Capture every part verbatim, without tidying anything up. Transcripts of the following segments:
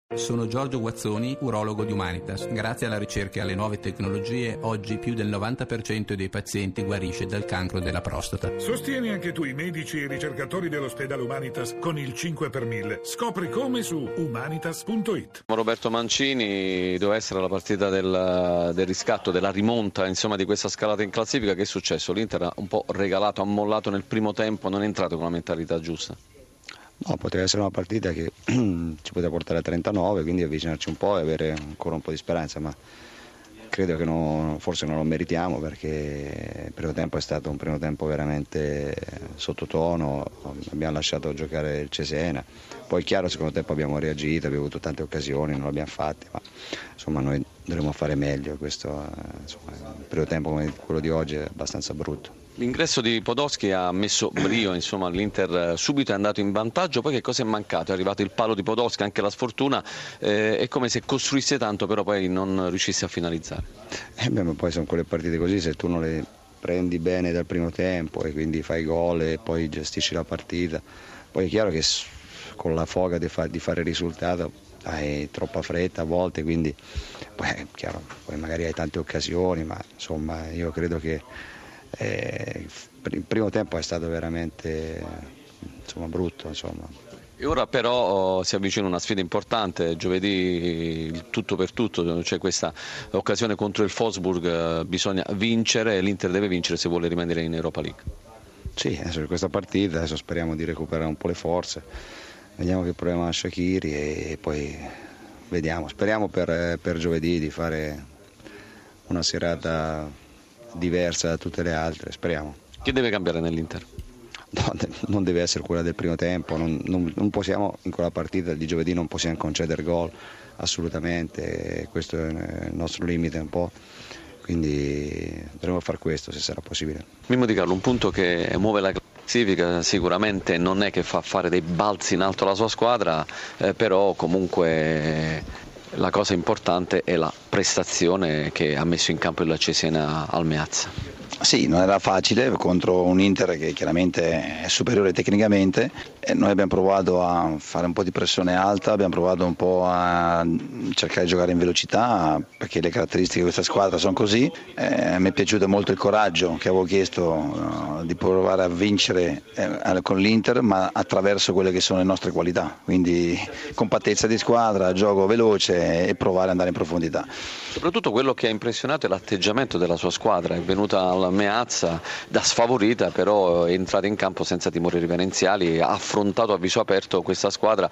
Sono Giorgio Guazzoni, urologo di Humanitas. Grazie alla ricerca e alle nuove tecnologie, oggi più del novanta per cento dei pazienti guarisce dal cancro della prostata. Sostieni anche tu i medici e i ricercatori dell'ospedale Humanitas con il cinque per mille. Scopri come su humanitas punto it. Roberto Mancini, doveva essere la partita del, del riscatto, della rimonta, insomma, di questa scalata in classifica. Che è successo? L'Inter ha un po' regalato, ha mollato nel primo tempo, non è entrato con la mentalità giusta. No, poteva essere una partita che ci poteva portare a trentanove, quindi avvicinarci un po' e avere ancora un po' di speranza, ma credo che non, forse non lo meritiamo, perché il primo tempo è stato un primo tempo veramente sottotono, abbiamo lasciato giocare il Cesena, poi chiaro, al secondo tempo abbiamo reagito, abbiamo avuto tante occasioni, non l'abbiamo fatte, ma insomma noi dovremmo fare meglio. Questo, insomma, il primo tempo come quello di oggi è abbastanza brutto. L'ingresso di Podolski ha messo brio, insomma, l'Inter subito è andato in vantaggio. Poi che cosa è mancato? È arrivato il palo di Podolski, anche la sfortuna, eh, è come se costruisse tanto però poi non riuscisse a finalizzare. Eh beh, ma poi sono quelle partite così, se tu non le prendi bene dal primo tempo e quindi fai gol e poi gestisci la partita, poi è chiaro che con la foga di, fa- di fare il risultato hai troppa fretta a volte, quindi poi è chiaro, poi magari hai tante occasioni, ma insomma io credo che Eh, il primo tempo è stato veramente insomma, brutto, insomma. E ora però si avvicina una sfida importante, giovedì il tutto per tutto, c'è questa occasione contro il Wolfsburg, bisogna vincere, l'Inter deve vincere se vuole rimanere in Europa League. Sì, adesso per questa partita adesso speriamo di recuperare un po' le forze, vediamo che problema ha Shaqiri e poi vediamo, speriamo per, per giovedì di fare una serata diversa da tutte le altre, speriamo. Che deve cambiare nell'Inter? No, non deve essere quella del primo tempo, non, non, non possiamo in quella partita di giovedì non possiamo concedere gol assolutamente, questo è il nostro limite un po', quindi dovremo fare questo se sarà possibile. Mimmo Di Carlo, un punto che muove la classifica, sicuramente non è che fa fare dei balzi in alto alla sua squadra, eh, però comunque la cosa importante è la prestazione che ha messo in campo il Cesena al Meazza. Sì, non era facile contro un Inter che chiaramente è superiore tecnicamente e noi abbiamo provato a fare un po' di pressione alta, abbiamo provato un po' a cercare di giocare in velocità perché le caratteristiche di questa squadra sono così. Eh, mi è piaciuto molto il coraggio che avevo chiesto uh, di provare a vincere eh, con l'Inter, ma attraverso quelle che sono le nostre qualità, quindi compattezza di squadra, gioco veloce e provare ad andare in profondità. Soprattutto quello che ha impressionato è l'atteggiamento della sua squadra, è venuta alla Meazza da sfavorita, però è entrata in campo senza timori reverenziali, ha affrontato a viso aperto questa squadra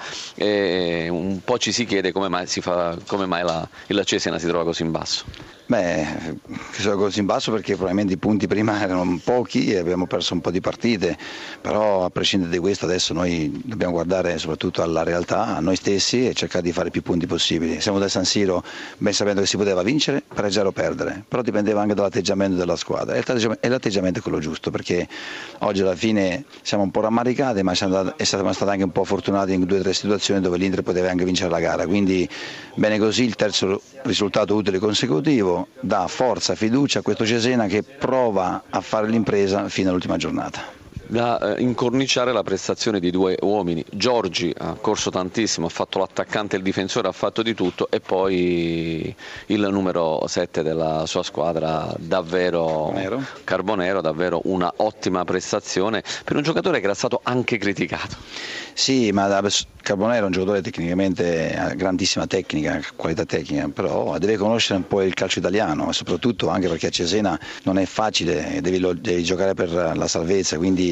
e un po' ci si chiede come mai, si fa, come mai la, il Cesena si trova così in basso. Beh, sono così in basso perché probabilmente i punti prima erano pochi e abbiamo perso un po' di partite, però a prescindere di questo adesso noi dobbiamo guardare soprattutto alla realtà, a noi stessi e cercare di fare più punti possibili. Siamo da San Siro ben sapendo che si poteva vincere, pareggiare o perdere, però dipendeva anche dall'atteggiamento della squadra e l'atteggiamento è quello giusto, perché oggi alla fine siamo un po' rammaricati, ma siamo stati anche un po' fortunati in due o tre situazioni dove l'Inter poteva anche vincere la gara, quindi bene così, il terzo risultato utile consecutivo dà forza, fiducia a questo Cesena che prova a fare l'impresa fino all'ultima giornata. Da incorniciare la prestazione di due uomini. Giorgi ha corso tantissimo, ha fatto l'attaccante e il difensore, ha fatto di tutto, e poi il numero sette della sua squadra, davvero Carbonero, Carbonero davvero una ottima prestazione per un giocatore che era stato anche criticato. Sì, ma Carbonero è un giocatore tecnicamente a grandissima tecnica, qualità tecnica, però deve conoscere un po' il calcio italiano, e soprattutto anche perché a Cesena non è facile, devi, devi giocare per la salvezza, quindi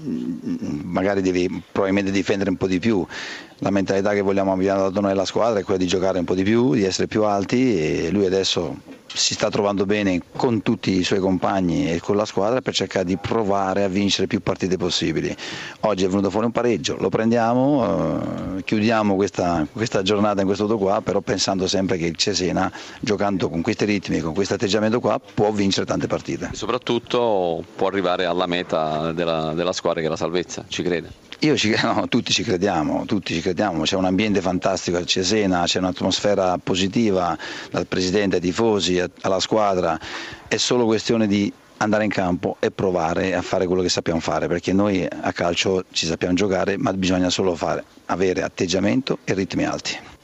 magari devi probabilmente difendere un po' di più. La mentalità che vogliamo abbiamo dato noi alla squadra è quella di giocare un po' di più, di essere più alti, e lui adesso si sta trovando bene con tutti i suoi compagni e con la squadra per cercare di provare a vincere più partite possibili. Oggi è venuto fuori un pareggio, lo prendiamo, eh, chiudiamo questa, questa giornata in questo modo qua, però pensando sempre che il Cesena, giocando con questi ritmi, con questo atteggiamento qua, può vincere tante partite. E soprattutto può arrivare alla meta della, della squadra, che è la salvezza, ci crede? Io ci, no, tutti ci crediamo, tutti ci crediamo, c'è un ambiente fantastico a Cesena, c'è un'atmosfera positiva dal presidente ai tifosi, alla squadra, è solo questione di andare in campo e provare a fare quello che sappiamo fare, perché noi a calcio ci sappiamo giocare, ma bisogna solo fare, avere atteggiamento e ritmi alti.